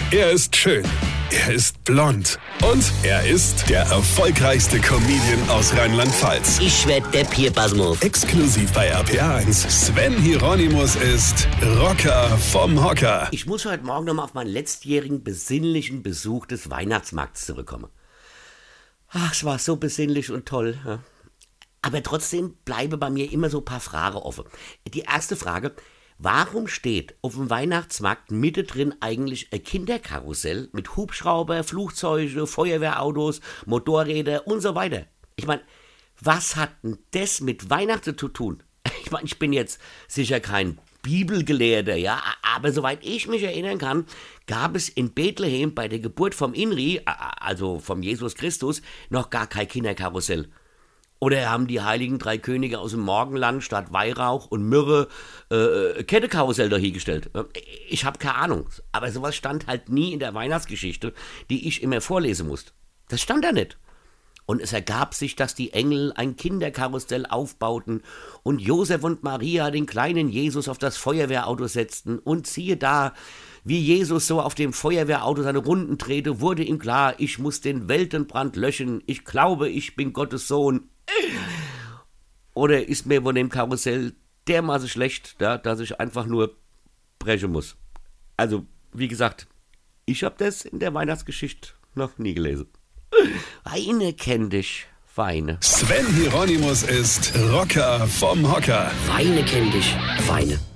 Er ist schön. Er ist blond. Und er ist der erfolgreichste Comedian aus Rheinland-Pfalz. Ich werd der Pierpasmus. Exklusiv bei RPA1. Sven Hieronymus ist Rocker vom Hocker. Ich muss heute Morgen nochmal auf meinen letztjährigen besinnlichen Besuch des Weihnachtsmarkts zurückkommen. Ach, es war so besinnlich und toll. Ja. Aber trotzdem bleiben bei mir immer so ein paar Fragen offen. Die erste Frage: Warum steht auf dem Weihnachtsmarkt mittendrin eigentlich ein Kinderkarussell mit Hubschrauber, Flugzeuge, Feuerwehrautos, Motorräder und so weiter? Ich meine, was hat denn das mit Weihnachten zu tun? Ich meine, ich bin jetzt sicher kein Bibelgelehrter, ja, aber soweit ich mich erinnern kann, gab es in Bethlehem bei der Geburt vom Inri, also vom Jesus Christus, noch gar kein Kinderkarussell. Oder haben die heiligen drei Könige aus dem Morgenland statt Weihrauch und Myrrhe Kettekarussell dahingestellt? Ich habe keine Ahnung. Aber sowas stand halt nie in der Weihnachtsgeschichte, die ich immer vorlesen musste. Das stand da nicht. Und es ergab sich, dass die Engel ein Kinderkarussell aufbauten und Josef und Maria den kleinen Jesus auf das Feuerwehrauto setzten. Und siehe da, wie Jesus so auf dem Feuerwehrauto seine Runden drehte, wurde ihm klar: Ich muss den Weltenbrand löschen. Ich glaube, ich bin Gottes Sohn. Oder ist mir von dem Karussell dermaßen schlecht, ja, dass ich einfach nur brechen muss? Also, wie gesagt, ich habe das in der Weihnachtsgeschichte noch nie gelesen. Weine kenn dich, Weine. Sven Hieronymus ist Rocker vom Hocker. Weine kenn dich, Weine.